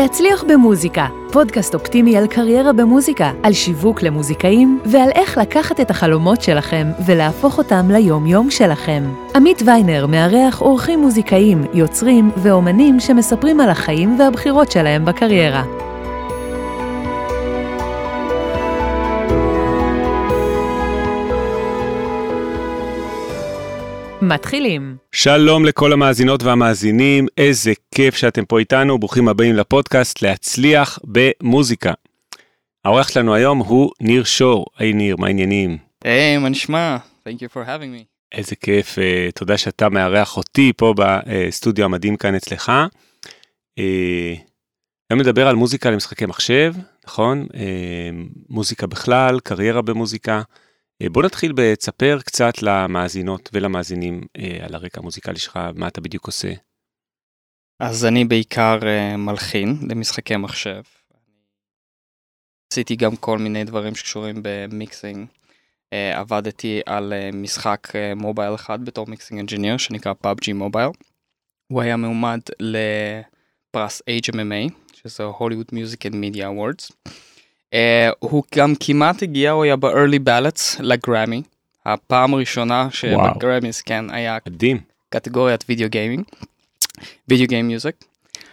להצליח במוזיקה, פודקאסט אופטימי על קריירה במוזיקה, על שיווק למוזיקאים ועל איך לקחת את החלומות שלכם ולהפוך אותם ליום-יום שלכם. עמית ויינר מארח אורחים מוזיקאים, יוצרים ואומנים שמספרים על החיים והבחירות שלהם בקריירה. מתחילים. שלום לכל המאזינות והמאזינים, איזה כיף שאתם פה איתנו, ברוכים הבאים לפודקאסט להצליח במוזיקה. האורח שלנו היום הוא ניר שור. היי ניר, מה העניינים? היי, מה נשמע? Thank you for having me. איזה כיף, תודה שאתה מארח אותי פה בסטודיו המדהים כאן אצלך. היום נדבר על מוזיקה למשחקי מחשב, נכון? מוזיקה בכלל, קריירה במוזיקה. בוא נתחיל בצפר קצת למאזינות ולמאזינים על הרקע המוזיקלי שלך, מה אתה בדיוק עושה? אז אני בעיקר מלחין למשחקי מחשב. עשיתי גם כל מיני דברים שקשורים במיקסינג. עבדתי על משחק מובייל אחד בתור מיקסינג אנג'יניר, שנקרא PUBG Mobile. הוא היה מעומד לפרס HMMA, שזה Hollywood Music and Media Awards. הוא גם כמעט הגיע, הוא היה ב-early ballots לגרמי. הפעם הראשונה שבגרמיס, כן, היה קטגוריית וידאו גיימינג, וידאו גיים מיוזיק.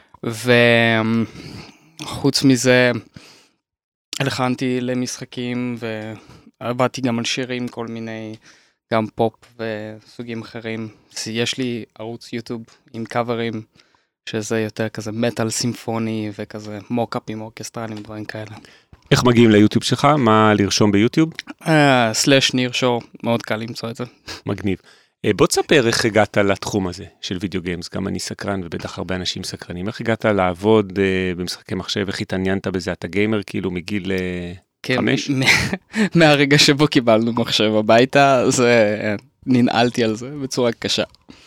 וחוץ מזה, הלחנתי למשחקים ועבדתי גם על שירים, כל מיני, גם פופ וסוגים אחרים. יש לי ערוץ יוטיוב עם קאברים, שזה יותר כזה מטל סימפוני וכזה מוקאפים אורקסטרליים, דברים כאלה. איך מגיעים ליוטיוב שלך? מה לרשום ביוטיוב? ניר שור, מאוד קל למצוא את זה. מגניב. בוא תספר איך הגעת לתחום הזה של וידאו גיימס, גם אני סקרן ובטח הרבה אנשים סקרנים. איך הגעת לעבוד במשחקי מחשב, איך התעניינת בזה? אתה גיימר כאילו מגיל 5? מהרגע שבו קיבלנו מחשב הביתה, ננעלתי על זה בצורה קשה.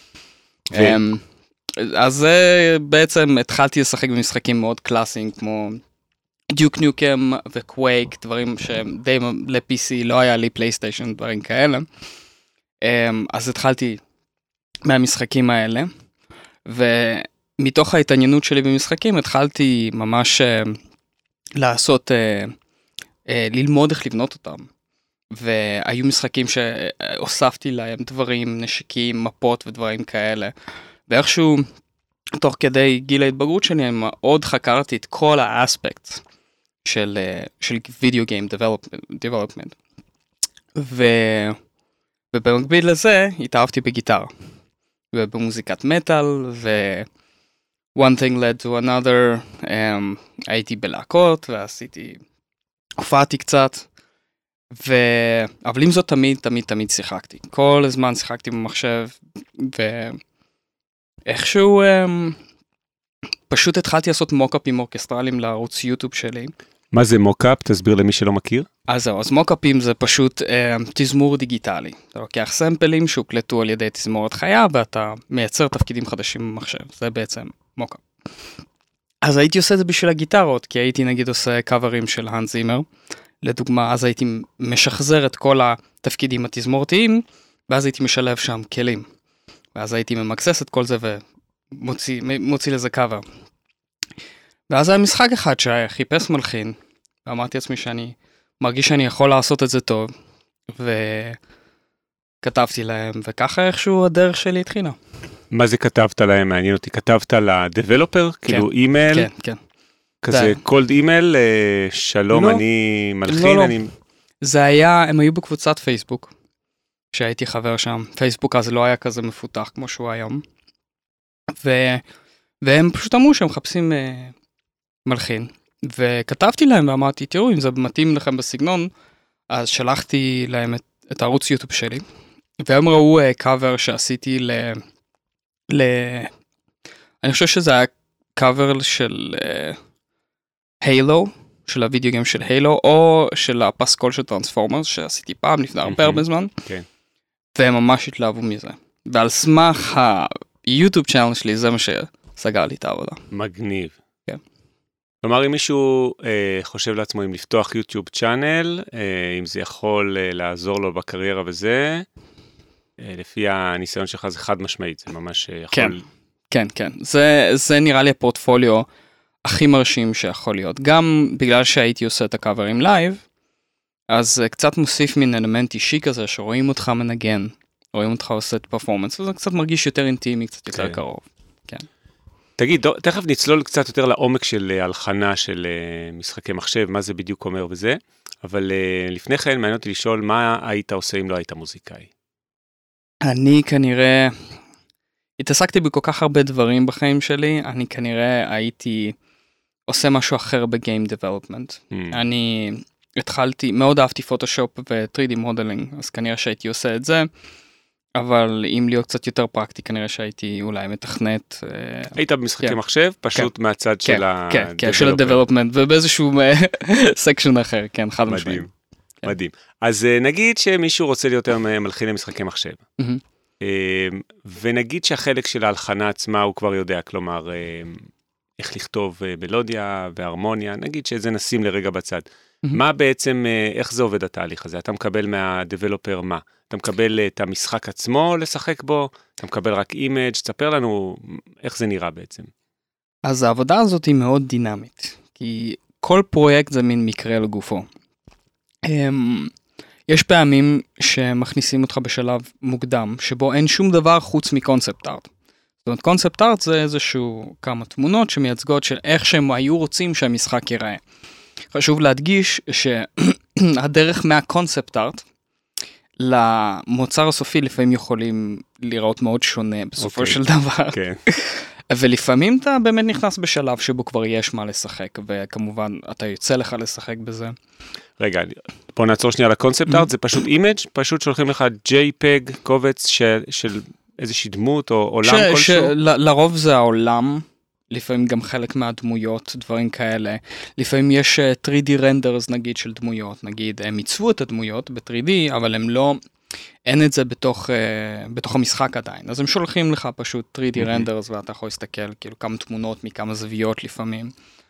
אז בעצם התחלתי לשחק במשחקים מאוד קלאסיים, כמו דיוק ניוקם וקווייק, דברים שדי ל-PC, לא היה לי פלייסטיישן, דברים כאלה. אז התחלתי מהמשחקים האלה, ומתוך ההתעניינות שלי במשחקים, התחלתי ממש לעשות, ללמוד איך לבנות אותם. והיו משחקים שהוספתי להם דברים, נשקים, מפות ודברים כאלה. ואיכשהו, תוך כדי גיל ההתבגרות שלי, אני מאוד חקרתי את כל האספקט של video game development. ובמקביל לזה, התאהבתי בגיטרה. ובמוזיקת מטל, one thing led to another, הייתי בלהקות, הופעתי קצת, אבל עם זאת תמיד שיחקתי. כל הזמן שיחקתי במחשב, איכשהו פשוט התחלתי לעשות מוקאפים אורקסטרליים לערוץ יוטיוב שלי. מה זה מוקאפ? תסביר למי שלא מכיר. אז מוקאפים זה פשוט תזמור דיגיטלי. אתה לוקח סמפלים שהוקלטו על ידי תזמורת חיה, ואתה מייצר תפקידים חדשים במחשב. זה בעצם מוקאפ. אז הייתי עושה את זה בשביל הגיטרות, כי הייתי נגיד עושה קאברים של האנס זימר. לדוגמה, אז הייתי משחזר את כל התפקידים התזמורתיים, ואז הייתי משלב שם כלים. ואז הייתי ממקסס את כל זה ומוציא לזה קאבר. ואז היה משחק אחד שחיפש מלחין, ואמרתי לעצמי שאני מרגיש שאני יכול לעשות את זה טוב, וכתבתי להם, וככה איכשהו הדרך שלי התחילה. מה זה כתבת להם? מעניין אותי. כתבת לדבלופר? כאילו אימייל? כן, כן. כזה קולד אימייל? שלום, אני מלחין? לא. זה היה, הם היו בקבוצת פייסבוק. כשהייתי חבר שם, פייסבוק אז לא היה כזה מפותח כמו שהוא היום, והם פשוט אמרו שהם מחפשים מלחין, וכתבתי להם ואמרתי, תראו, אם זה מתאים לכם בסגנון, אז שלחתי להם את הערוץ יוטיוב שלי, והם ראו קאבר שעשיתי אני חושב שזה היה קאבר של הילו, של הוידאו גיים של הילו, או של הפסקול של טרנספורמרס, שעשיתי פעם לפני הרבה זמן, כן. והם ממש התלהבו מזה. ועל סמך היוטיוב צ'אנל שלי, זה מה שסגר לי את העבודה. מגניב. כן. כלומר, אם מישהו חושב לעצמו אם לפתוח יוטיוב צ'אנל, אם זה יכול לעזור לו בקריירה וזה, לפי הניסיון שלך זה חד משמעית, זה ממש יכול... כן. זה נראה לי הפורטפוליו הכי מרשים שיכול להיות. גם בגלל שהייתי עושה את הקאברים לייב, אז קצת מוסיף מן אלמנט אישי כזה, שרואים אותך מנגן, רואים אותך עושה את פרפורמנס, וזה קצת מרגיש יותר אינטימי, קצת יותר קרוב. כן. תגיד, תכף נצלול קצת יותר לעומק של הלחנה של משחקי מחשב, מה זה בדיוק אומר וזה, אבל לפני כן מעניין אותי לשאול, מה היית עושה אם לא היית מוזיקאי? אני כנראה, התעסקתי בכל כך הרבה דברים בחיים שלי, אני כנראה הייתי עושה משהו אחר בגיים דבלופמנט. אני התחלתי, מאוד אהבתי פוטושופ ו-3D מודלינג, אז כנראה שהייתי עושה את זה, אבל אם להיות קצת יותר פרקטי, כנראה שהייתי אולי מתכנת. היית במשחקי מחשב, פשוט מהצד של ה-development. כן, של ה-development, ובאיזשהו סקשן אחר, כן, חד משמעית. מדהים. אז נגיד שמישהו רוצה להיות מלחין למשחקי מחשב, ונגיד שהחלק של ההלחנה עצמה הוא כבר יודע, כלומר, איך לכתוב מלודיה והרמוניה, נגיד שזה נשים לרגע בצד. מה בעצם, איך זה עובד התהליך הזה? אתה מקבל מהדבלופר מה? אתה מקבל את המשחק עצמו לשחק בו? אתה מקבל רק אימג'? תספר לנו איך זה נראה בעצם. אז העבודה הזאת היא מאוד דינמית, כי כל פרויקט זה מין מקרה לגופו. יש פעמים שמכניסים אותך בשלב מוקדם, שבו אין שום דבר חוץ מקונספט ארט. זאת אומרת, קונספט ארט זה איזשהו כמה תמונות שמייצגות של איך שהם היו רוצים שהמשחק ייראה. חשוב להדגיש שהדרך מהקונספט ארט למוצר הסופי לפעמים יכולים לראות מאוד שונה בסופו של דבר. ולפעמים אתה באמת נכנס בשלב שבו כבר יש מה לשחק, וכמובן אתה יוצא לך לשחק בזה. רגע, בוא נעצור שנייה לקונספט ארט, זה פשוט אימג', פשוט שולחים לך JPEG, קובץ של איזושהי דמות או עולם כלשהו? לרוב זה העולם, לפעמים גם חלק מהדמויות, דברים כאלה. לפעמים יש 3D רנדרס נגיד של דמויות, נגיד הם ייצבו את הדמויות ב-3D, אבל הם לא, אין את זה בתוך המשחק עדיין. אז הם שולחים לך פשוט 3D רנדרס, ואתה יכול להסתכל כאילו כמה תמונות מכמה זוויות לפעמים.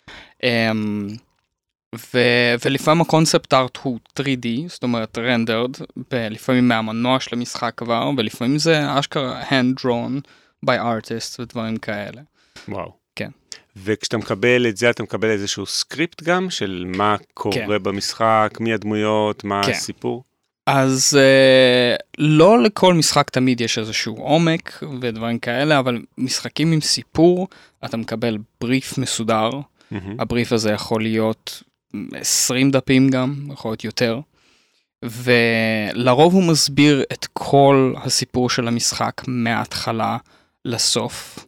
ולפעמים הקונספט ארט הוא 3D, זאת אומרת רנדרד, לפעמים מהמנוע של המשחק כבר, ולפעמים זה אשכרה hand drawn by artists ודברים כאלה. וואו. כן. וכשאתה מקבל את זה, אתה מקבל איזשהו סקריפט גם, של מה קורה במשחק, מי הדמויות, מה הסיפור? אז לא לכל משחק תמיד יש איזשהו עומק ודברים כאלה, אבל משחקים עם סיפור, אתה מקבל בריף מסודר, הבריף הזה יכול להיות 20 דפים גם, יכול להיות יותר, ולרוב הוא מסביר את כל הסיפור של המשחק מההתחלה לסוף.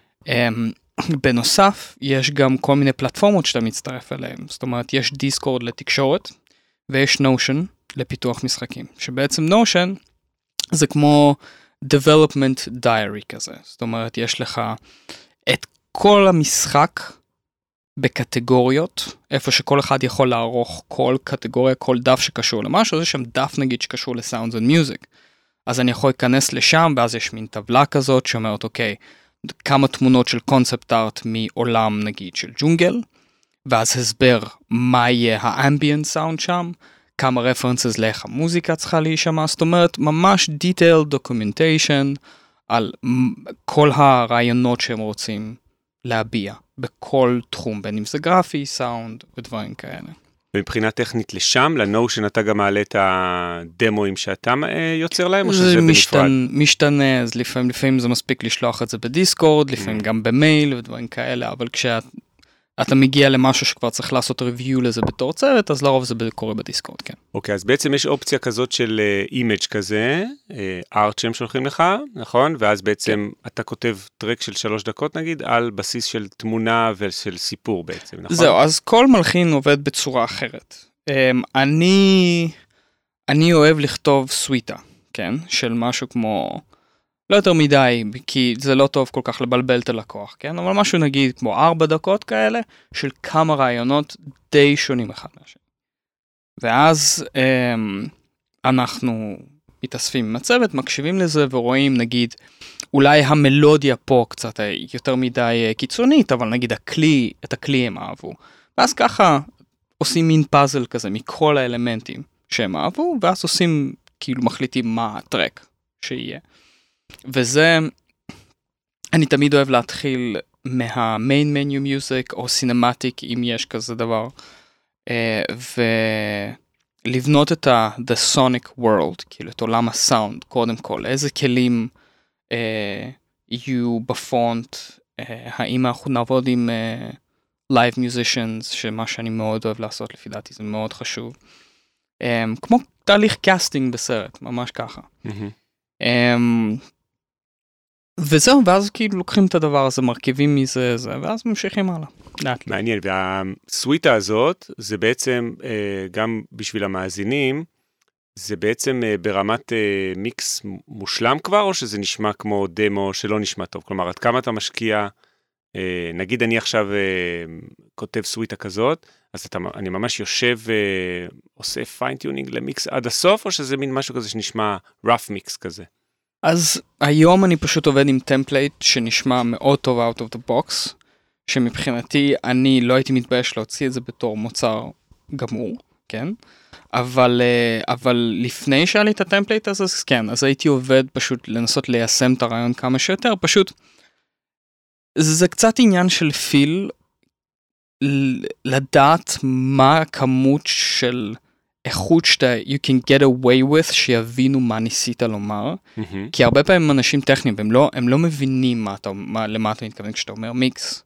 בנוסף, יש גם כל מיני פלטפורמות שאתה מצטרף אליהן, זאת אומרת, יש דיסקורד לתקשורת, ויש נושן לפיתוח משחקים, שבעצם נושן זה כמו development diary כזה, זאת אומרת, יש לך את כל המשחק בקטגוריות, איפה שכל אחד יכול לערוך כל קטגוריה, כל דף שקשור למשהו, זה שם דף נגיד שקשור לסאונדס and מיוזיק, אז אני יכול להיכנס לשם, ואז יש מין טבלה כזאת שאומרת, אוקיי, כמה תמונות של קונספט ארט מעולם נגיד של ג'ונגל, ואז הסבר מה יהיה האמביאנט סאונד שם, כמה רפרנסס לאיך המוזיקה צריכה להישמע, זאת אומרת ממש detailed documentation על כל הרעיונות שהם רוצים להביע בכל תחום, בין אם זה גרפי, סאונד ודברים כאלה. ומבחינה טכנית לשם, לנושן אתה גם מעלה את הדמוים שאתה יוצר להם, או שזה בנפרד? משתנה, אז לפעמים זה מספיק לשלוח את זה בדיסקורד, לפעמים גם במייל ודברים כאלה, אבל כשאתה מגיע למשהו שכבר צריך לעשות ריוויו לזה בתור צוות, אז לרוב זה קורה בדיסקורד, כן. אוקיי, אז בעצם יש אופציה כזאת של אימג' כזה, ארט שהם שולחים לך, נכון? ואז בעצם אתה כותב טרק של 3 דקות נגיד, על בסיס של תמונה ושל סיפור בעצם, נכון? זהו, אז כל מלחין עובד בצורה אחרת. אני אוהב לכתוב סוויטה, כן? של משהו כמו, לא יותר מדי, כי זה לא טוב כל כך לבלבל את הלקוח, כן? אבל משהו נגיד כמו 4 דקות כאלה, של כמה רעיונות די שונים אחד מהשני. ואז אנחנו מתאספים עם הצוות, מקשיבים לזה ורואים נגיד, אולי המלודיה פה קצת יותר מדי קיצונית, אבל נגיד את הכלי הם אהבו. ואז ככה עושים מין פאזל כזה מכל האלמנטים שהם אהבו, ואז עושים, כאילו מחליטים מה הטרק שיהיה. וזה, אני תמיד אוהב להתחיל מהמיין מניו מיוזיק או סינמטיק אם יש כזה דבר, ולבנות את the sonic world, כאילו את עולם הסאונד קודם כל, איזה כלים יהיו בפונט, האם אנחנו נעבוד עם live musicians, שמה שאני מאוד אוהב לעשות לפי דעתי זה מאוד חשוב, כמו תהליך קאסטינג בסרט, ממש ככה. וזהו, ואז כאילו לוקחים את הדבר הזה, מרכיבים מזה, ואז ממשיכים הלאה. מעניין, והסוויטה הזאת, זה בעצם, גם בשביל המאזינים, זה בעצם ברמת מיקס מושלם כבר, או שזה נשמע כמו דמו שלא נשמע טוב? כלומר, עד כמה אתה משקיע, נגיד אני עכשיו כותב סוויטה כזאת, אז אני ממש יושב ועושה פיינטיונינג למיקס עד הסוף, או שזה מין משהו כזה שנשמע rough mix כזה? אז היום אני פשוט עובד עם טמפלייט שנשמע מאוד טוב out of the box, שמבחינתי אני לא הייתי מתבייש להוציא את זה בתור מוצר גמור, כן? אבל לפני שהיה לי את הטמפלייט הזה, אז כן, אז הייתי עובד פשוט לנסות ליישם את הרעיון כמה שיותר, פשוט זה קצת עניין של פיל, לדעת מה הכמות של איכות שאתה you can get away with, שיבינו מה ניסית לומר, כי הרבה פעמים אנשים טכניים, הם לא מבינים למה אתה מתכוון כשאתה אומר מיקס.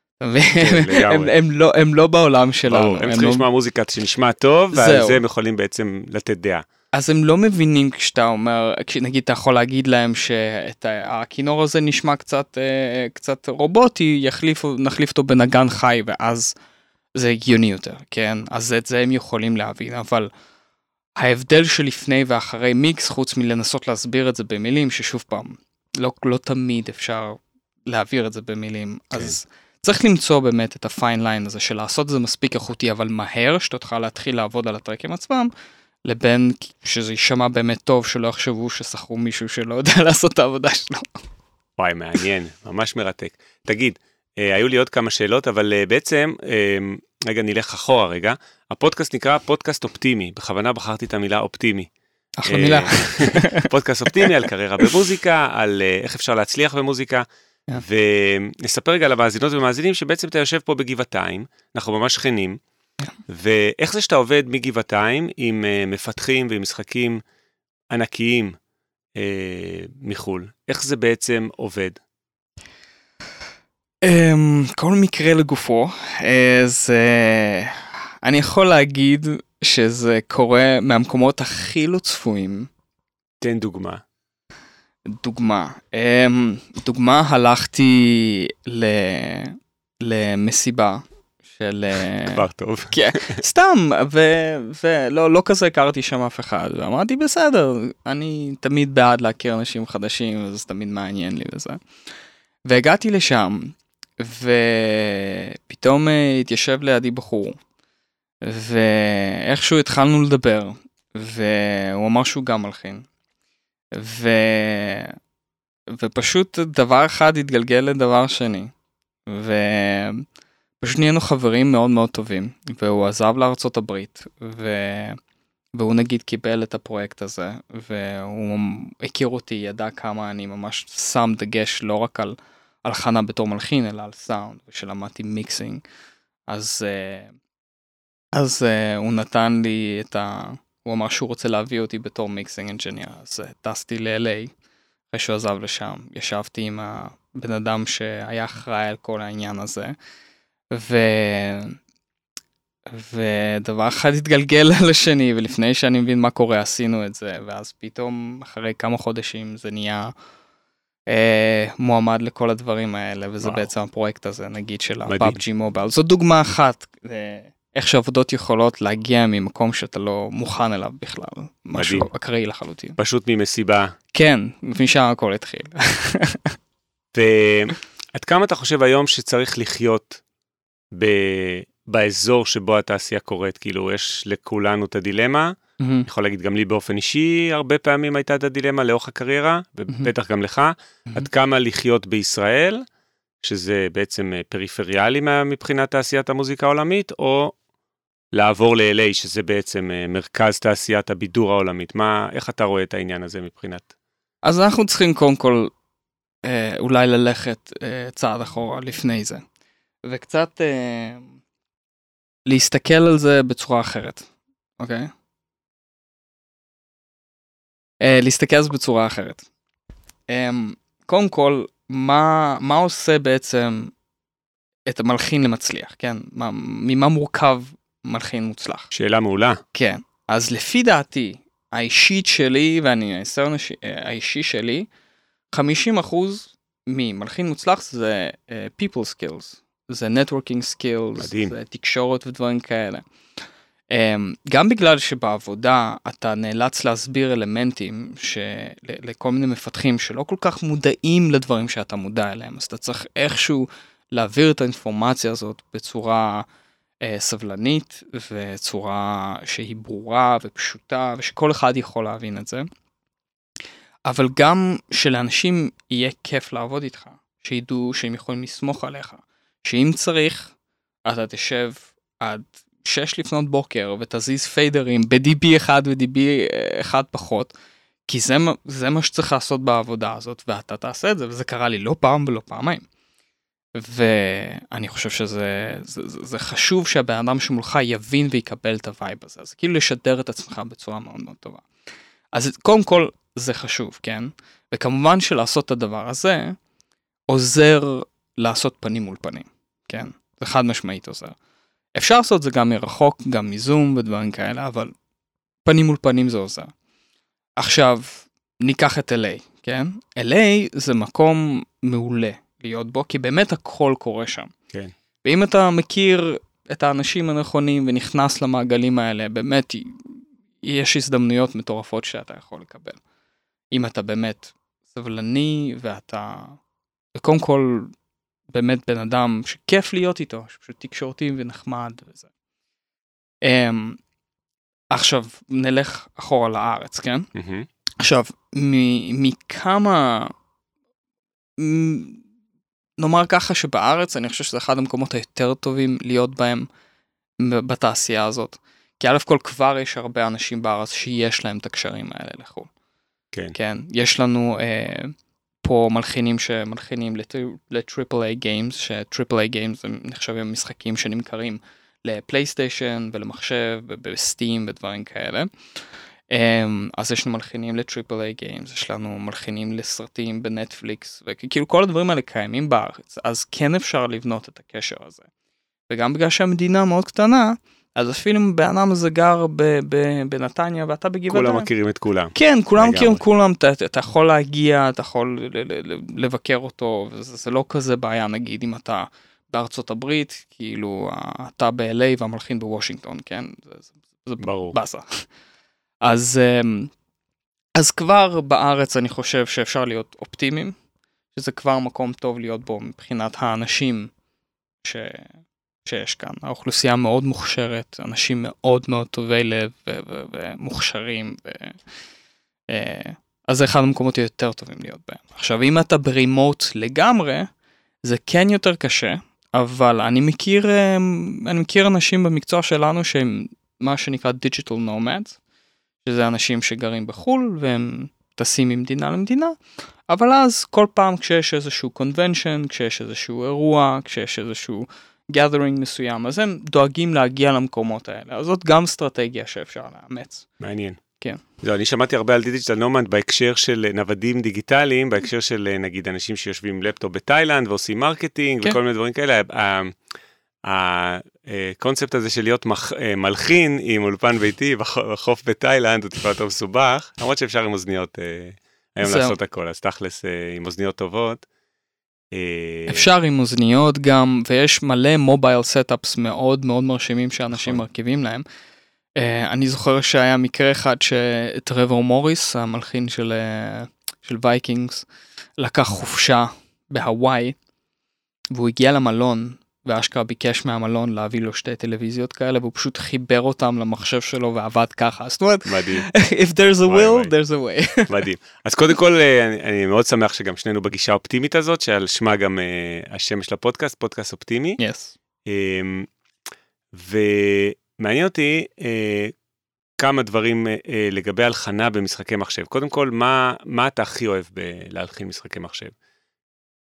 הם לא בעולם שלנו. הם צריכים לשמוע מוזיקה שנשמע טוב, ועל זה הם יכולים בעצם לתת דעה. אז הם לא מבינים כשאתה אומר, נגיד אתה יכול להגיד להם שהכינור הזה נשמע קצת רובוטי, נחליף אותו בנגן חי, ואז זה הגיוני יותר, כן? אז את זה הם יכולים להבין, אבל ההבדל שלפני ואחרי מיקס, חוץ מלנסות להסביר את זה במילים, ששוב פעם, לא תמיד אפשר להעביר את זה במילים, אז צריך למצוא באמת את הפיין ליין הזה, של לעשות את זה מספיק איכותי, אבל מהר, שתוכל להתחיל לעבוד על הטרקים עצמם, לבין שזה יישמע באמת טוב, שלא יחשבו ששכרו מישהו שלא יודע לעשות את העבודה שלו. וואי, מעניין, ממש מרתק. תגיד, היו לי עוד כמה שאלות, אבל בעצם, רגע, נלך אחורה רגע, הפודקאסט נקרא פודקאסט אופטימי, בכוונה בחרתי את המילה אופטימי. אחלה מילה. פודקאסט אופטימי על קריירה במוזיקה, על איך אפשר להצליח במוזיקה, ונספר רגע למאזינות ומאזינים שבעצם אתה יושב פה בגבעתיים, אנחנו ממש שכנים, ואיך זה שאתה עובד מגבעתיים עם מפתחים ועם משחקים ענקיים מחול? איך זה בעצם עובד? כל מקרה לגופו, אני יכול להגיד שזה קורה מהמקומות הכי לא צפויים. תן דוגמה. דוגמה, הלכתי למסיבה של... כבר טוב. כן, סתם, ולא כזה הכרתי שם אף אחד, ואמרתי בסדר, אני תמיד בעד להכיר אנשים חדשים, אז תמיד מעניין לי וזה. והגעתי לשם, ופתאום התיישב לידי בחור, ואיכשהו התחלנו לדבר, והוא אמר שהוא גם מלחין. ופשוט דבר אחד התגלגל לדבר שני, ופשוט נהיינו חברים מאוד מאוד טובים, והוא עזב לארצות הברית, והוא נגיד קיבל את הפרויקט הזה, והוא הכיר אותי, ידע כמה אני ממש שם דגש לא רק על הלחנה בתור מלחין, אלא על סאונד, ושלמדתי מיקסינג, אז הוא נתן לי הוא אמר שהוא רוצה להביא אותי בתור מיקסינג אנג'יניר, אז טסתי ל-LA, אחרי שהוא עזב לשם, ישבתי עם הבן אדם שהיה אחראי על כל העניין הזה, ודבר אחד התגלגל לשני, ולפני שאני מבין מה קורה, עשינו את זה, ואז פתאום אחרי כמה חודשים זה נהיה מועמד לכל הדברים האלה, וזה בעצם הפרויקט הזה, נגיד של ה-PUBG מובייל. זו דוגמה אחת, איך שעבודות יכולות להגיע ממקום שאתה לא מוכן אליו בכלל, משהו אקראי לחלוטין. פשוט ממסיבה. כן, משם הכל התחיל. ועד כמה אתה חושב היום שצריך לחיות באזור שבו התעשייה קורית? כאילו, יש לכולנו את הדילמה, אני יכול להגיד גם לי באופן אישי, הרבה פעמים הייתה את הדילמה לאורך הקריירה, ובטח גם לך, עד כמה לחיות בישראל, שזה בעצם פריפריאלי מבחינת תעשיית המוזיקה העולמית, או לעבור ל-LA, שזה בעצם מרכז תעשיית הבידור העולמית. איך אתה רואה את העניין הזה מבחינת? אז אנחנו צריכים קודם כל אולי ללכת צעד אחורה לפני זה, וקצת להסתכל על זה בצורה אחרת, אוקיי? להסתכל על זה בצורה אחרת. קודם כל, מה עושה בעצם את המלחין למצליח, כן? ממה מורכב מלחין מוצלח? שאלה מעולה. כן. אז לפי דעתי, האישית שלי, והניסיון האישי שלי, 50% ממלחין מוצלח זה people skills, זה networking skills, מדהים. זה תקשורת ודברים כאלה. גם בגלל שבעבודה אתה נאלץ להסביר אלמנטים לכל מיני מפתחים שלא כל כך מודעים לדברים שאתה מודע אליהם, אז אתה צריך איכשהו להעביר את האינפורמציה הזאת בצורה סבלנית וצורה שהיא ברורה ופשוטה ושכל אחד יכול להבין את זה. אבל גם שלאנשים יהיה כיף לעבוד איתך, שידעו שהם יכולים לסמוך עליך, שאם צריך אתה תשב עד 6 לפנות בוקר ותזיז פיידרים ב-DB אחד ו-DB אחד פחות, כי זה מה שצריך לעשות בעבודה הזאת, ואתה תעשה את זה, וזה קרה לי לא פעם ולא פעמיים. ואני חושב שזה חשוב שהבן אדם שמולך יבין ויקבל את הווייב הזה, אז כאילו לשדר את עצמך בצורה מאוד מאוד טובה. אז קודם כל זה חשוב, כן? וכמובן שלעשות את הדבר הזה, עוזר לעשות פנים מול פנים, כן? זה חד משמעית עוזר. אפשר לעשות זה גם מרחוק, גם מזום ודברים כאלה, אבל פנים מול פנים זה עוזר. עכשיו, ניקח את LA, כן? LA זה מקום מעולה להיות בו, כי באמת הכל קורה שם. כן. ואם אתה מכיר את האנשים הנכונים ונכנס למעגלים האלה, באמת יש הזדמנויות מטורפות שאתה יכול לקבל. אם אתה באמת סבלני ואתה, וקודם כל, באמת בן אדם שכיף להיות איתו, שפשוט תקשורתי ונחמד וזה. עכשיו, נלך אחורה לארץ, כן? עכשיו, מכמה, נאמר ככה שבארץ, אני חושב שזה אחד המקומות היותר טובים להיות בהם בתעשייה הזאת. כי א' כל כבר יש הרבה אנשים בארץ שיש להם את הקשרים האלה לחו"ל. כן. כן, יש לנו פה מלחינים שמלחינים ל-AAA Games, ש-AAA Games הם נחשבים משחקים שנמכרים לפלייסטיישן ולמחשב ובסטים ודברים כאלה. אז יש לנו מלחינים ל-AAA Games, יש לנו מלחינים לסרטים בנטפליקס, וכאילו כל הדברים האלה קיימים בארץ, אז כן אפשר לבנות את הקשר הזה. וגם בגלל שהמדינה מאוד קטנה, אז אפילו אם באדם הזה גר בנתניה ואתה בגבעתיים. כולם מכירים את כולם. כן, כולם מכירים כולם, אתה יכול להגיע, אתה יכול לבקר אותו, וזה לא כזה בעיה, נגיד אם אתה בארצות הברית, כאילו אתה ב-LA והמלחין בוושינגטון, כן? זה ברור. בסה. אז כבר בארץ אני חושב שאפשר להיות אופטימיים, שזה כבר מקום טוב להיות בו מבחינת האנשים שיש כאן. האוכלוסייה מאוד מוכשרת, אנשים מאוד מאוד טובי לב ומוכשרים, אז זה אחד המקומות יותר טובים להיות בהם. עכשיו, אם אתה ברימוט לגמרי, זה כן יותר קשה, אבל אני מכיר אנשים במקצוע שלנו שהם מה שנקרא digital nomads, שזה אנשים שגרים בחול והם טסים ממדינה למדינה, אבל אז כל פעם כשיש איזשהו convention, כשיש איזשהו אירוע, כשיש איזשהו gathering מסוים, אז הם דואגים להגיע למקומות האלה. אז זאת גם אסטרטגיה שאפשר לאמץ. מעניין. כן. זהו, אני שמעתי הרבה על דיגיטל נומד בהקשר של נוודים דיגיטליים, בהקשר של נגיד אנשים שיושבים לפטופ בתאילנד ועושים מרקטינג וכל מיני דברים כאלה. הקונספט הזה של להיות מלחין עם אולפן ביתי בחוף בתאילנד הוא טיפה יותר מסובך, למרות שאפשר עם אוזניות היום לעשות הכל, אז תכלס עם אוזניות טובות. אפשר עם אוזניות גם, ויש מלא מובייל סטאפס מאוד מאוד מרשימים שאנשים מרכיבים להם. אני זוכר שהיה מקרה אחד שטרוור מוריס, המלחין של וייקינגס, לקח חופשה בהוואי, והוא הגיע למלון, ואשכרה ביקש מהמלון להביא לו 2 טלוויזיות כאלה, והוא פשוט חיבר אותם למחשב שלו ועבד ככה. זאת אומרת, מדהים. If there's a will, there's a way. מדהים. אז קודם כל, אני מאוד שמח שגם שנינו בגישה האופטימית הזאת, שעל שמה גם השם של הפודקאסט, פודקאסט אופטימי. Yes. ומעניין אותי כמה דברים לגבי הלחנה במשחקי מחשב. קודם כל, מה אתה הכי אוהב להלחין משחקי מחשב?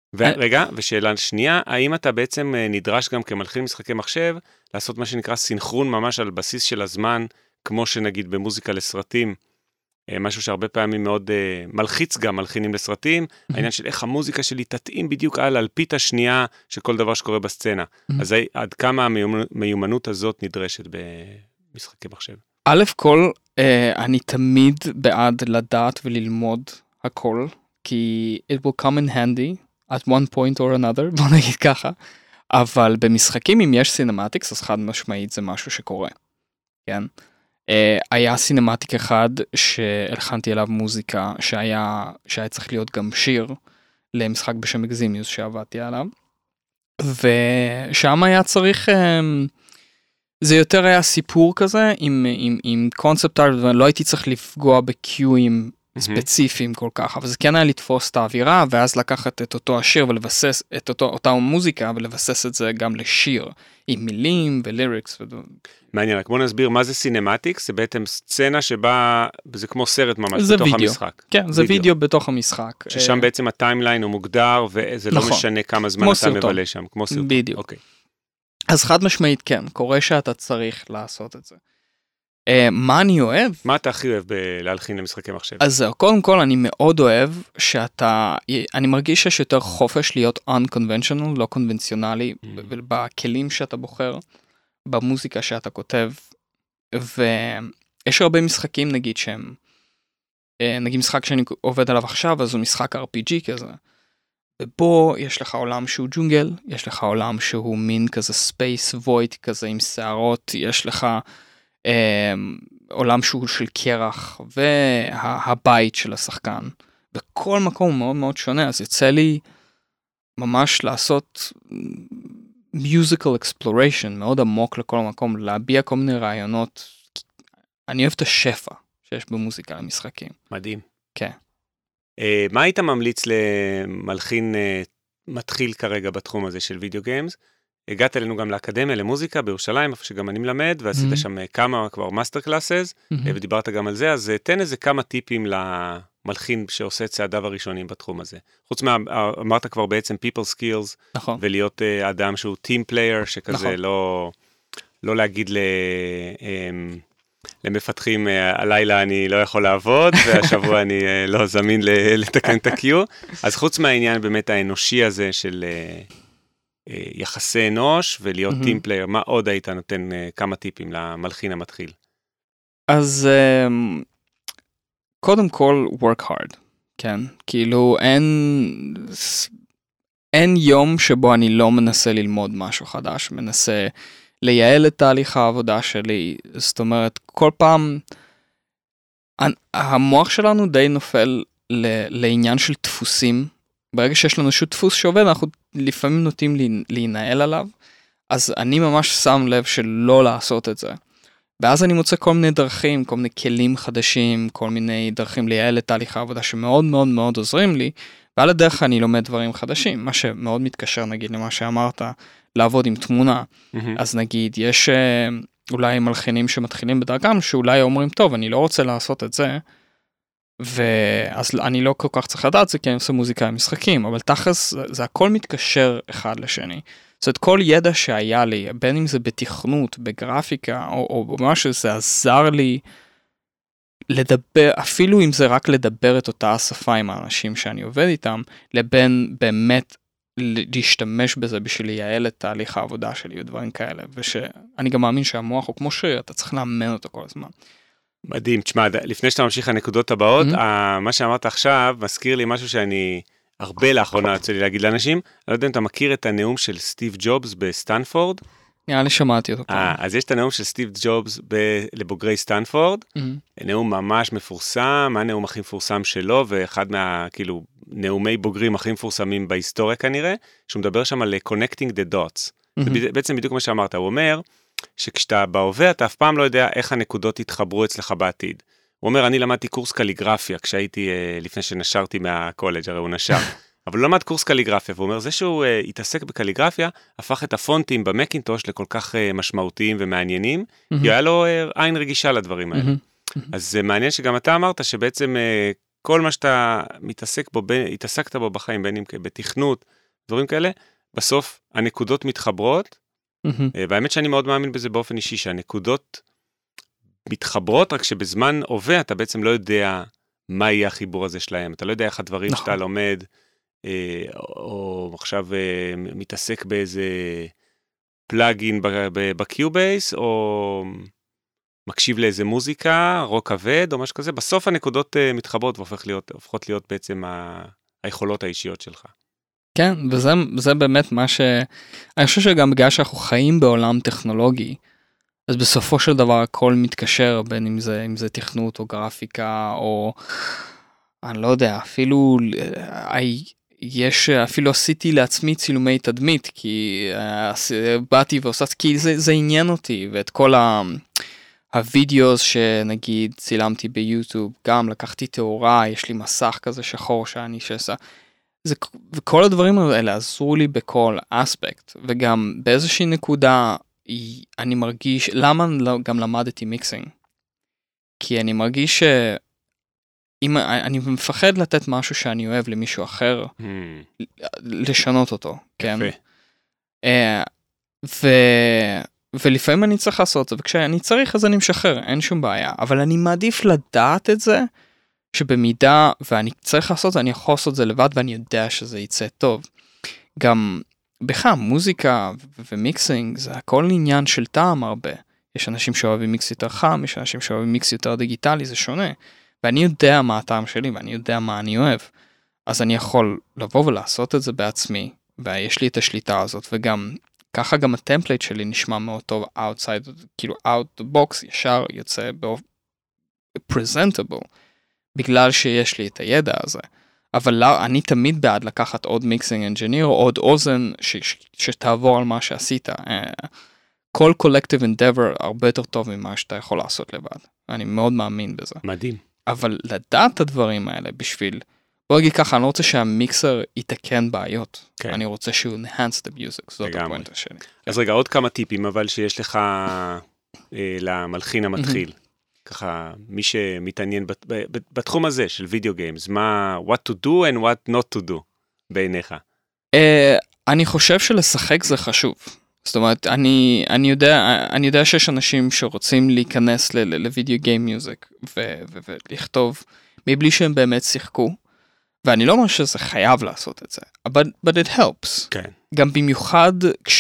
רגע, ושאלה שנייה, האם אתה בעצם נדרש גם כמלחין משחקי מחשב, לעשות מה שנקרא סינכרון ממש על בסיס של הזמן, כמו שנגיד במוזיקה לסרטים, משהו שהרבה פעמים מאוד מלחיץ גם מלחינים לסרטים, העניין של איך המוזיקה שלי תתאים בדיוק על אלפית השנייה של כל דבר שקורה בסצנה. אז עד כמה המיומנות הזאת נדרשת במשחקי מחשב? א' כל, אני תמיד בעד לדעת וללמוד הכל, כי it will come in handy at one point or another, בוא נגיד ככה, אבל במשחקים אם יש סינמטיקס, אז חד משמעית זה משהו שקורה, כן? היה סינמטיק אחד שהלחנתי אליו מוזיקה שהיה צריך להיות גם שיר למשחק בשם אקזימיוס שעבדתי עליו, ושם היה צריך, זה יותר היה סיפור כזה עם קונספט ארט, ולא הייתי צריך לפגוע בקיואים ספציפיים כל כך, אבל זה כן היה לתפוס את האווירה, ואז לקחת את אותו השיר ולבסס את אותה מוזיקה, ולבסס את זה גם לשיר, עם מילים וליריקס. מעניין, רק בוא נסביר מה זה סינמטיקס, זה בעצם סצנה שבה, זה כמו סרט ממש בתוך המשחק. כן, זה וידאו בתוך המשחק. ששם בעצם הטיימליין הוא מוגדר, וזה לא משנה כמה זמן אתה מבלה שם, כמו סרטון. בדיוק. אז חד משמעית כן, קורה שאתה צריך לעשות את זה. מה אני אוהב? מה אתה הכי אוהב להלחין למשחקי מחשב? אז קודם כל אני מאוד אוהב אני מרגיש שיש יותר חופש להיות unconventional, לא קונבנציונלי, בכלים שאתה בוחר, במוזיקה שאתה כותב, ויש הרבה משחקים נגיד שהם, נגיד משחק שאני עובד עליו עכשיו, אז הוא משחק RPG כזה, ובו יש לך עולם שהוא ג'ונגל, יש לך עולם שהוא מין כזה ספייס וויד כזה עם שערות, יש לך עולם שהוא של קרח, והבית של השחקן, וכל מקום הוא מאוד מאוד שונה, אז יצא לי ממש לעשות musical exploration, מאוד עמוק לכל מקום, להביע כל מיני רעיונות, אני אוהב את השפע שיש במוזיקה למשחקים. מדהים. כן. מה היית ממליץ למלחין מתחיל כרגע בתחום הזה של וידאו גיימס? הגעת אלינו גם לאקדמיה למוזיקה בירושלים, איפה שגם אני מלמד, ועשית שם כמה כבר מאסטר קלאסס, ודיברת גם על זה, אז תן איזה כמה טיפים למלחין שעושה את צעדיו הראשונים בתחום הזה. חוץ אמרת כבר בעצם people skills, ולהיות אדם שהוא team player, שכזה לא להגיד למפתחים, הלילה אני לא יכול לעבוד, והשבוע אני לא זמין לתקן את הקיו, אז חוץ מהעניין באמת האנושי הזה של יחסי אנוש ולהיות טים פלייר, מה עוד היית נותן כמה טיפים למלחין המתחיל? אז קודם כל work hard, כן? כאילו אין יום שבו אני לא מנסה ללמוד משהו חדש, מנסה לייעל את תהליך העבודה שלי, זאת אומרת כל פעם המוח שלנו די נופל לעניין של דפוסים, ברגע שיש לנו איזשהו דפוס שעובד, אנחנו לפעמים נוטים להינעל עליו, אז אני ממש שם לב שלא לעשות את זה. ואז אני מוצא כל מיני דרכים, כל מיני כלים חדשים, כל מיני דרכים לייעל את תהליך העבודה שמאוד מאוד מאוד עוזרים לי, ועל הדרך אני לומד דברים חדשים, מה שמאוד מתקשר נגיד למה שאמרת, לעבוד עם תמונה. אז נגיד, יש אולי מלחינים שמתחילים בדרכם, שאולי אומרים, טוב, אני לא רוצה לעשות את זה, ואז אני לא כל כך צריך לדעת זה כי אני עושה מוזיקה למשחקים, אבל תכלס זה הכל מתקשר אחד לשני. זאת אומרת, כל ידע שהיה לי, בין אם זה בתכנות, בגרפיקה, או משהו, זה עזר לי לדבר, אפילו אם זה רק לדבר את אותה השפה עם האנשים שאני עובד איתם, לבין באמת להשתמש בזה בשביל לייעל את תהליך העבודה שלי ודברים כאלה, ושאני גם מאמין שהמוח הוא כמו שיר, אתה צריך לאמן אותו כל הזמן. מדהים, תשמע, לפני שאתה ממשיך הנקודות הבאות, מה שאמרת עכשיו מזכיר לי משהו שאני הרבה לאחרונה רוצה לי להגיד לאנשים, אני לא יודע אם אתה מכיר את הנאום של סטיב ג'ובס בסטנפורד? נראה לי שמעתי אותו. אז יש את הנאום של סטיב ג'ובס לבוגרי סטנפורד, נאום ממש מפורסם, הנאום הכי מפורסם שלו, ואחד כאילו נאומי בוגרים הכי מפורסמים בהיסטוריה כנראה, שהוא מדבר שם על connecting the dots. זה בעצם בדיוק מה שאמרת, הוא אומר, שכשאתה בהווה אתה אף פעם לא יודע איך הנקודות יתחברו אצלך בעתיד. הוא אומר, אני למדתי קורס קליגרפיה, כשהייתי לפני שנשרתי מהקולג', הרי הוא נשר, אבל הוא למד קורס קליגרפיה, והוא אומר, זה שהוא התעסק בקליגרפיה, הפך את הפונטים במקינטוש לכל כך משמעותיים ומעניינים, כי היה לו עין רגישה לדברים האלה. אז זה מעניין שגם אתה אמרת, שבעצם כל מה שאתה התעסקת בו בחיים, בין אם בתכנות, דברים כאלה, בסוף הנקודות מתחברות, והאמת שאני מאוד מאמין בזה באופן אישי, שהנקודות מתחברות, רק שבזמן הווה אתה בעצם לא יודע מה יהיה החיבור הזה שלהם, אתה לא יודע איך הדברים שאתה לומד, או עכשיו מתעסק באיזה פלאגין בקיובייס, או מקשיב לאיזה מוזיקה, רוק כבד, או משהו כזה, בסוף הנקודות מתחברות והופכות להיות בעצם היכולות האישיות שלך. כן, וזה באמת מה אני חושב שגם בגלל שאנחנו חיים בעולם טכנולוגי, אז בסופו של דבר הכל מתקשר, בין אם זה תכנות או גרפיקה, או אני לא יודע, אפילו עשיתי לעצמי צילומי תדמית, כי באתי ועושה, כי זה עניין אותי, ואת כל הווידאוס שנגיד צילמתי ביוטיוב, גם לקחתי תאורה, יש לי מסך כזה שחור שאני שעשה, וכל הדברים האלה עזרו לי בכל אספקט, וגם באיזושהי נקודה אני מרגיש, למה גם למדתי מיקסינג? כי אני מרגיש אם אני מפחד לתת משהו שאני אוהב למישהו אחר, לשנות אותו, כן? ולפעמים אני צריך לעשות את זה, וכשאני צריך אז אני משחרר, אין שום בעיה, אבל אני מעדיף לדעת את זה, שבמידה ואני צריך לעשות זה, אני יכול לעשות את זה לבד, ואני יודע שזה יצא טוב. גם בכלל, מוזיקה ומיקסינג, זה הכל עניין של טעם הרבה. יש אנשים שאוהבים מיקס יותר חם, יש אנשים שאוהבים מיקס יותר דיגיטלי, זה שונה. ואני יודע מה הטעם שלי, ואני יודע מה אני אוהב. אז אני יכול לבוא ולעשות את זה בעצמי, ויש לי את השליטה הזאת, וגם, ככה גם הטמפלייט שלי נשמע מאוד טוב, outside, כאילו out the box, ישר יוצא presentable, בגלל שיש לי את הידע הזה. אבל אני תמיד בעד לקחת עוד מיקסינג אנג'יניר, או עוד אוזן שתעבור על מה שעשית. כל collective endeavor הרבה יותר טוב ממה שאתה יכול לעשות לבד. אני מאוד מאמין בזה. מדהים. אבל לדעת את הדברים האלה בשביל, בוא נגיד ככה, אני לא רוצה שהמיקסר יתקן בעיות. כן. אני רוצה שהוא enhance the music, זאת הפואנטה שלי. אז רגע, עוד כמה טיפים, אבל שיש לך למלחין המתחיל. ככה, מי שמתעניין בתחום הזה של וידאו גיימס, מה, what to do and what not to do בעיניך? אני חושב שלשחק זה חשוב. זאת אומרת, אני יודע שיש אנשים שרוצים להיכנס לוידאו גיים מיוזיק, ולכתוב, מבלי שהם באמת שיחקו, ואני לא אומר שזה חייב לעשות את זה, but it helps. כן. גם במיוחד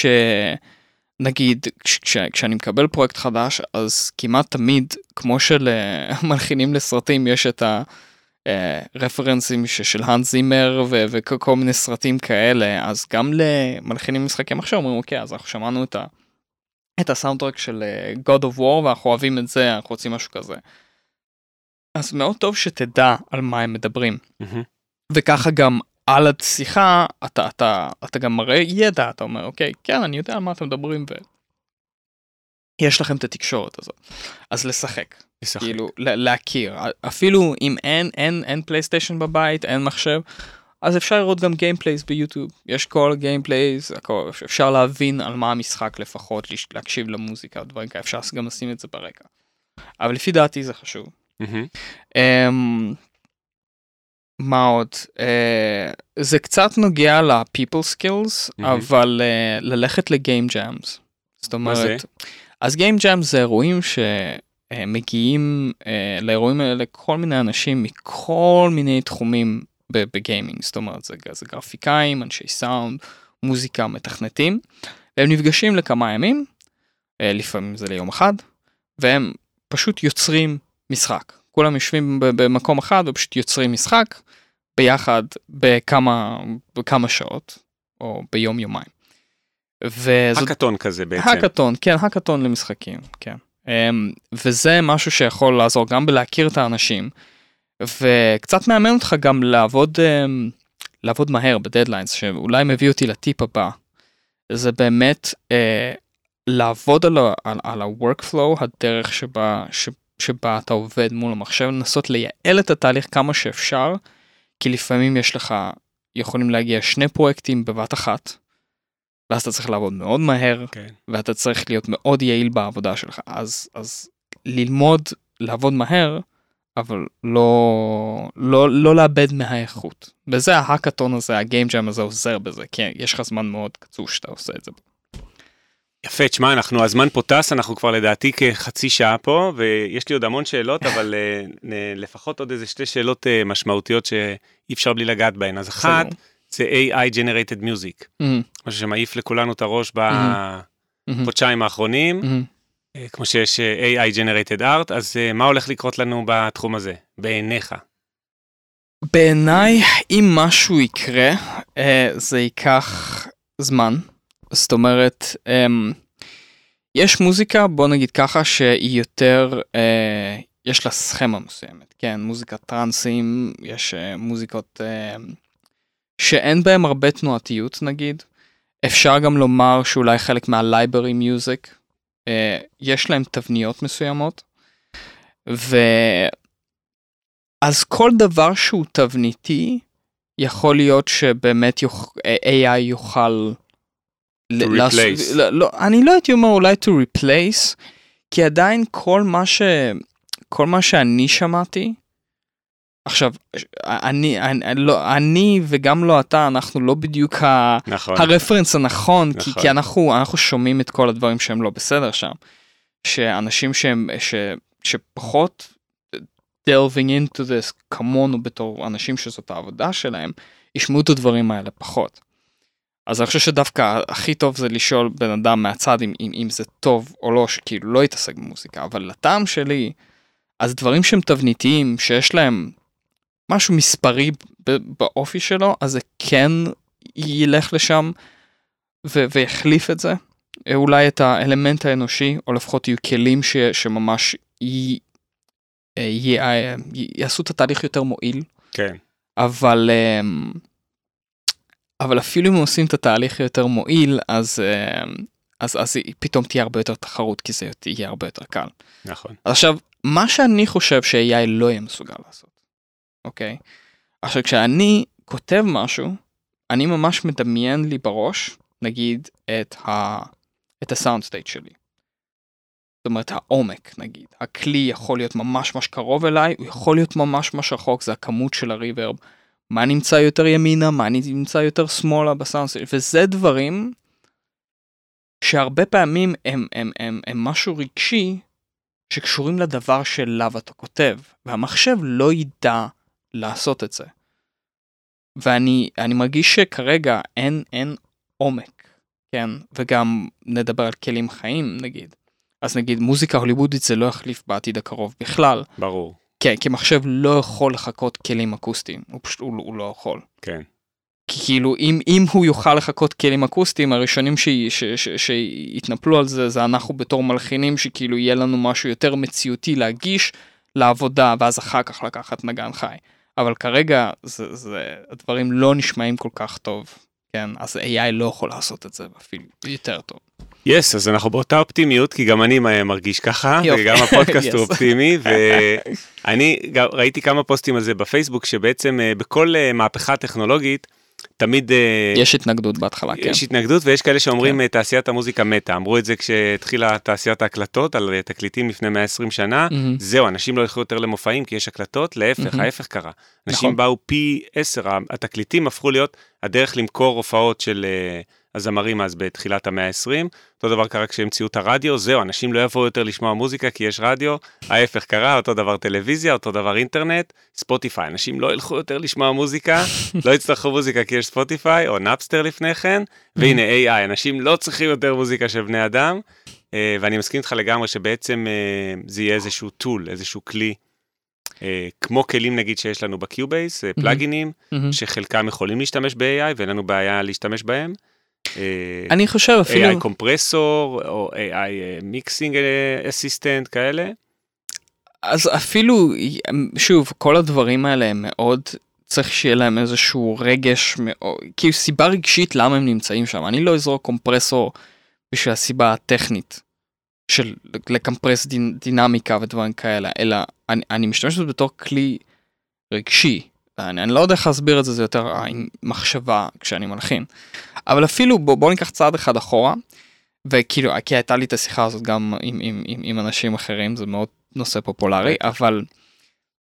נגיד, כשאני מקבל פרויקט חדש, אז כמעט תמיד, כמו שלמלחינים לסרטים, יש את הרפרנסים של האנס זימר, וכל מיני סרטים כאלה, אז גם למלחינים משחקים עכשיו, אומרים, אוקיי, אז אנחנו שמענו את הסאונדטרק של God of War, ואנחנו אוהבים את זה, אנחנו רוצים משהו כזה. אז מאוד טוב שתדע על מה הם מדברים. וככה גם על השיחה, אתה גם מראה ידע, אתה אומר, אוקיי, כן, אני יודע על מה אתם מדברים, ויש לכם את התקשורת הזאת. אז לשחק. כאילו, להכיר. אפילו אם אין פלייסטיישן בבית, אין מחשב, אז אפשר לראות גם גיימפלייס ביוטיוב. יש כל גיימפלייס, אפשר להבין על מה המשחק לפחות, להקשיב למוזיקה, דברים כאלה, אפשר גם לשים את זה ברקע. אבל לפי דעתי זה חשוב. מה עוד? זה קצת נוגע ל-people skills, אבל ללכת לגיים ג'אמס. זאת אומרת, אז גיים ג'אמס זה אירועים שמגיעים לאירועים האלה כל מיני אנשים מכל מיני תחומים בגיימינג. זאת אומרת, זה גרפיקאים, אנשי סאונד, מוזיקה, מתכנתים, והם נפגשים לכמה ימים, לפעמים זה ליום אחד, והם פשוט יוצרים משחק. כולם יושבים במקום אחד ופשוט יוצרים משחק ביחד בכמה שעות, או ביום יומיים. הקטון כזה בעצם. הקטון, כן, הקטון למשחקים, כן. וזה משהו שיכול לעזור גם בלהכיר את האנשים, וקצת מאמן אותך גם לעבוד מהר בדדליינס, שאולי מביא אותי לטיפ הבא. זה באמת לעבוד על ה-workflow, הדרך שבה אתה עובד מול המחשב, לנסות לייעל את התהליך כמה שאפשר, כי לפעמים יכולים להגיע 2 פרויקטים בבת אחת, ואז אתה צריך לעבוד מאוד מהר, ואתה צריך להיות מאוד יעיל בעבודה שלך. אז ללמוד לעבוד מהר, אבל לא לאבד מהאיכות. וזה ההאקתון הזה, הגיים ג'אם הזה עוזר בזה, כי יש לך זמן מאוד קצוב שאתה עושה את זה. יפה, תשמע, הזמן פה טס, אנחנו כבר לדעתי כחצי שעה פה, ויש לי עוד המון שאלות, אבל לפחות עוד איזה 2 שאלות משמעותיות שאי אפשר בלי לגעת בהן. אז אחת, זה AI Generated Music, משהו שמעיף לכולנו את הראש בחודשיים האחרונים, כמו שיש AI Generated Art, אז מה הולך לקרות לנו בתחום הזה, בעיניך? בעיניי, אם משהו יקרה, זה ייקח זמן. זאת אומרת, יש מוזיקה, בוא נגיד ככה, שהיא יותר, יש לה סכמה מסוימת, כן, מוזיקת טרנסים, יש מוזיקות שאין בהם הרבה תנועתיות נגיד, אפשר גם לומר שאולי חלק מהלייברי מיוזיק, יש להם תבניות מסוימות, אז כל דבר שהוא תבניתי, יכול להיות שבאמת AI יוכל אני לא הייתי אומר אולי to replace, כי עדיין כל מה שאני שמעתי, עכשיו, אני וגם לא אתה, אנחנו לא בדיוק הרפרנס הנכון, כי אנחנו שומעים את כל הדברים שהם לא בסדר שם, שאנשים שפחות delving into this, כמונו בתור אנשים שזאת העבודה שלהם, ישמעו את הדברים האלה פחות. אז אני חושב שדווקא הכי טוב זה לשאול בן אדם מהצד אם זה טוב או לא, שכאילו לא יתעסק במוזיקה, אבל לטעם שלי, אז דברים שהם תבניתיים, שיש להם משהו מספרי באופי שלו, אז זה כן ילך לשם ויחליף את זה. אולי את האלמנט האנושי, או לפחות יהיו כלים שממש יעשו את התהליך יותר מועיל. כן. אבל אפילו אם עושים את התהליך יותר מועיל, אז פתאום תהיה הרבה יותר תחרות, כי זה יהיה הרבה יותר קל. נכון. עכשיו, מה שאני חושב ש-AI לא יהיה מסוגל לעשות, אוקיי? עכשיו, כשאני כותב משהו, אני ממש מדמיין לי בראש, נגיד, את הסאונד סטייט שלי. זאת אומרת, העומק, נגיד. הכלי יכול להיות ממש ממש קרוב אליי, הוא יכול להיות ממש ממש רחוק, זה הכמות של הריברב. מה נמצא יותר ימינה, מה נמצא יותר שמאלה בסאונד סטייט, וזה דברים שהרבה פעמים הם משהו רגשי, שקשורים לדבר שלו אתה כותב, והמחשב לא ידע לעשות את זה. ואני מרגיש שכרגע אין עומק, כן? וגם נדבר על כלים חיים, נגיד. אז נגיד, מוזיקה הוליוודית זה לא יחליף בעתיד הקרוב בכלל. ברור. כן, כי מחשב לא יכול לחכות כלים אקוסטיים, הוא לא יכול. כן. כי כאילו, אם הוא יוכל לחכות כלים אקוסטיים, הראשונים שיתנפלו על זה, זה אנחנו בתור מלחינים, שכאילו יהיה לנו משהו יותר מציאותי להגיש לעבודה, ואז אחר כך לקחת נגן חי. אבל כרגע, הדברים לא נשמעים כל כך טוב, כן? אז AI לא יכול לעשות את זה, אפילו יותר טוב. יס, אז אנחנו באותה אופטימיות, כי גם אני מרגיש ככה, וגם הפודקאסט הוא אופטימי, ואני ראיתי כמה פוסטים על זה בפייסבוק, שבעצם בכל מהפכה טכנולוגית, תמיד... יש התנגדות בהתחלה, כן. יש התנגדות, ויש כאלה שאומרים, תעשיית המוזיקה מתה. אמרו את זה כשהתחילה תעשיית ההקלטות, על תקליטים לפני 120 שנה, זהו, אנשים לא ילכו יותר למופעים, כי יש הקלטות, ההפך קרה. אנשים באו פי 10, התקליטים הפכו להיות הדרך למכור הופעות של הזמרים אז בתחילת המאה ה-20, אותו דבר קרה כשהמציאו את הרדיו, זהו, אנשים לא יבואו יותר לשמוע מוזיקה כי יש רדיו, ההפך קרה, אותו דבר טלוויזיה, אותו דבר אינטרנט, ספוטיפיי, אנשים לא ילכו יותר לשמוע מוזיקה, לא יצטרכו מוזיקה כי יש ספוטיפיי, או נאפסטר לפני כן, והנה AI, אנשים לא צריכים יותר מוזיקה של בני אדם, ואני מסכים איתך לגמרי שבעצם זה יהיה איזשהו טול, איזשהו כלי, כמו כלים נגיד שיש לנו בקיובייס, פלאגינים, שחלקם יכולים להשתמש ב-AI, ואין לנו בעיה להשתמש בהם, אני חושב אפילו... AI קומפרסור, או AI מיקסינג אסיסטנט, כאלה. אז אפילו, שוב, כל הדברים האלה הם מאוד, צריך שיהיה להם איזשהו רגש, כאילו סיבה רגשית למה הם נמצאים שם. אני לא אזרוק קומפרסור בשביל הסיבה הטכנית, של לקמפרס דינמיקה ודברים כאלה, אלא אני משתמש בזה בתור כלי רגשי. אני לא יודע איך להסביר את זה, זה יותר מחשבה כשאני מלחין. אבל אפילו, בואו ניקח צעד אחד אחורה, וכאילו, כי הייתה לי את השיחה הזאת גם עם אנשים אחרים, זה מאוד נושא פופולרי, אבל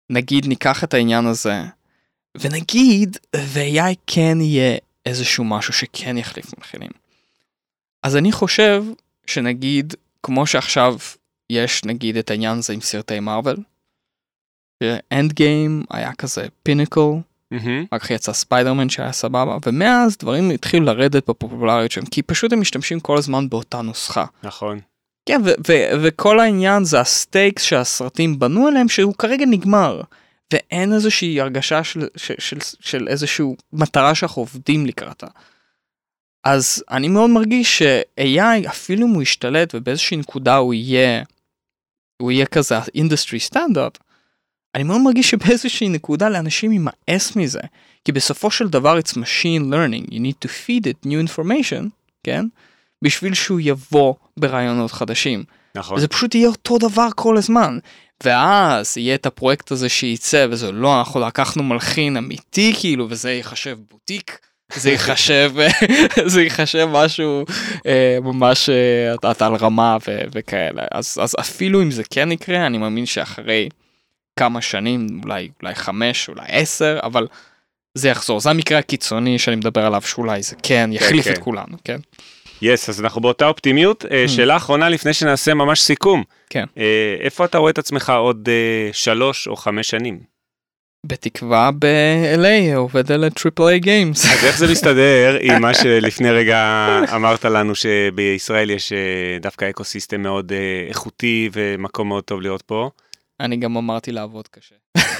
נגיד ניקח את העניין הזה, ונגיד, ו-AI כן יהיה איזשהו משהו שכן יחליף מלחינים. אז אני חושב שנגיד, כמו שעכשיו יש נגיד את העניין הזה עם סרטי מארוול, שאנד גיים היה כזה פיניקל, רק יצא ספיידרמן שהיה סבבה, ומאז דברים התחילו לרדת בפופולריות שלהם, כי פשוט הם משתמשים כל הזמן באותה נוסחה. נכון. כן, וכל העניין זה הסטייקס שהסרטים בנו עליהם, שהוא כרגע נגמר, ואין איזושהי הרגשה של איזושהי מטרה שאנחנו עובדים לקראתה. אז אני מאוד מרגיש ש-AI, אפילו אם הוא ישתלט, ובאיזושהי נקודה הוא יהיה כזה industry standard, אני מאוד מרגיש שבאיזושהי נקודה לאנשים יימאס מזה, כי בסופו של דבר it's machine learning, you need to feed it new information, כן? בשביל שהוא יבוא ברעיונות חדשים. נכון. וזה פשוט יהיה אותו דבר כל הזמן. ואז יהיה את הפרויקט הזה שייצא, וזה לא, אנחנו לקחנו מלחין אמיתי כאילו, וזה ייחשב בוטיק, זה ייחשב משהו ממש על רמה וכאלה. אז אפילו אם זה כן יקרה, אני מאמין שאחרי כמה שנים, אולי 5, אולי 10, אבל זה יחזור. זה המקרה הקיצוני שאני מדבר עליו, שאולי זה כן יחליף את כולנו, כן? יס, אז אנחנו באותה אופטימיות. שאלה אחרונה לפני שנעשה ממש סיכום. כן. איפה אתה רואה את עצמך עוד 3 או 5 שנים? בתקווה ב-LA, עובד על טריפל-איי גיימס. אז איך זה מסתדר עם מה שלפני רגע אמרת לנו שבישראל יש דווקא אקוסיסטם מאוד איכותי ומקום מאוד טוב להיות פה? אני גם אמרתי לעבוד קשה.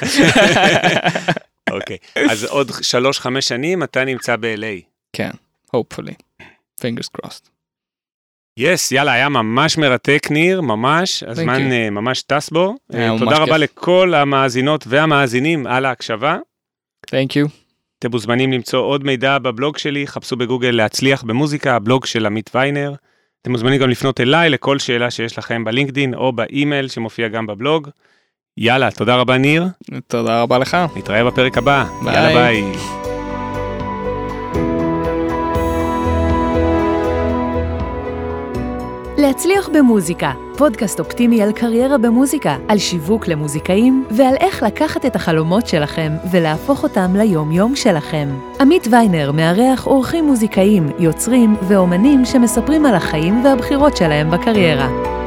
אוקיי, אז עוד 3-5 שנים אתה נמצא ב-LA. כן, hopefully. Fingers crossed. יס, יאללה, היה ממש מרתק ניר, ממש, הזמן ממש טס בו. תודה רבה לכל המאזינות והמאזינים על ההקשבה. Thank you. אתם מוזמנים למצוא עוד מידע בבלוג שלי, חפשו בגוגל להצליח במוזיקה, הבלוג של עמית ויינר. אתם מוזמנים גם לפנות אליי לכל שאלה שיש לכם בלינקדין או באימייל שמופיע גם בבלוג. יאללה, תודה רבה ניר. תודה רבה לך. נתראה בפרק הבא. ביי. יאללה ביי. להצליח במוזיקה, פודקאסט אופטימי על קריירה במוזיקה, על שיווק למוזיקאים ועל איך לקחת את החלומות שלכם ולהפוך אותם ליום-יום שלכם. עמית ויינר מארח אורחים מוזיקאים, יוצרים ואומנים שמספרים על החיים והבחירות שלהם בקריירה.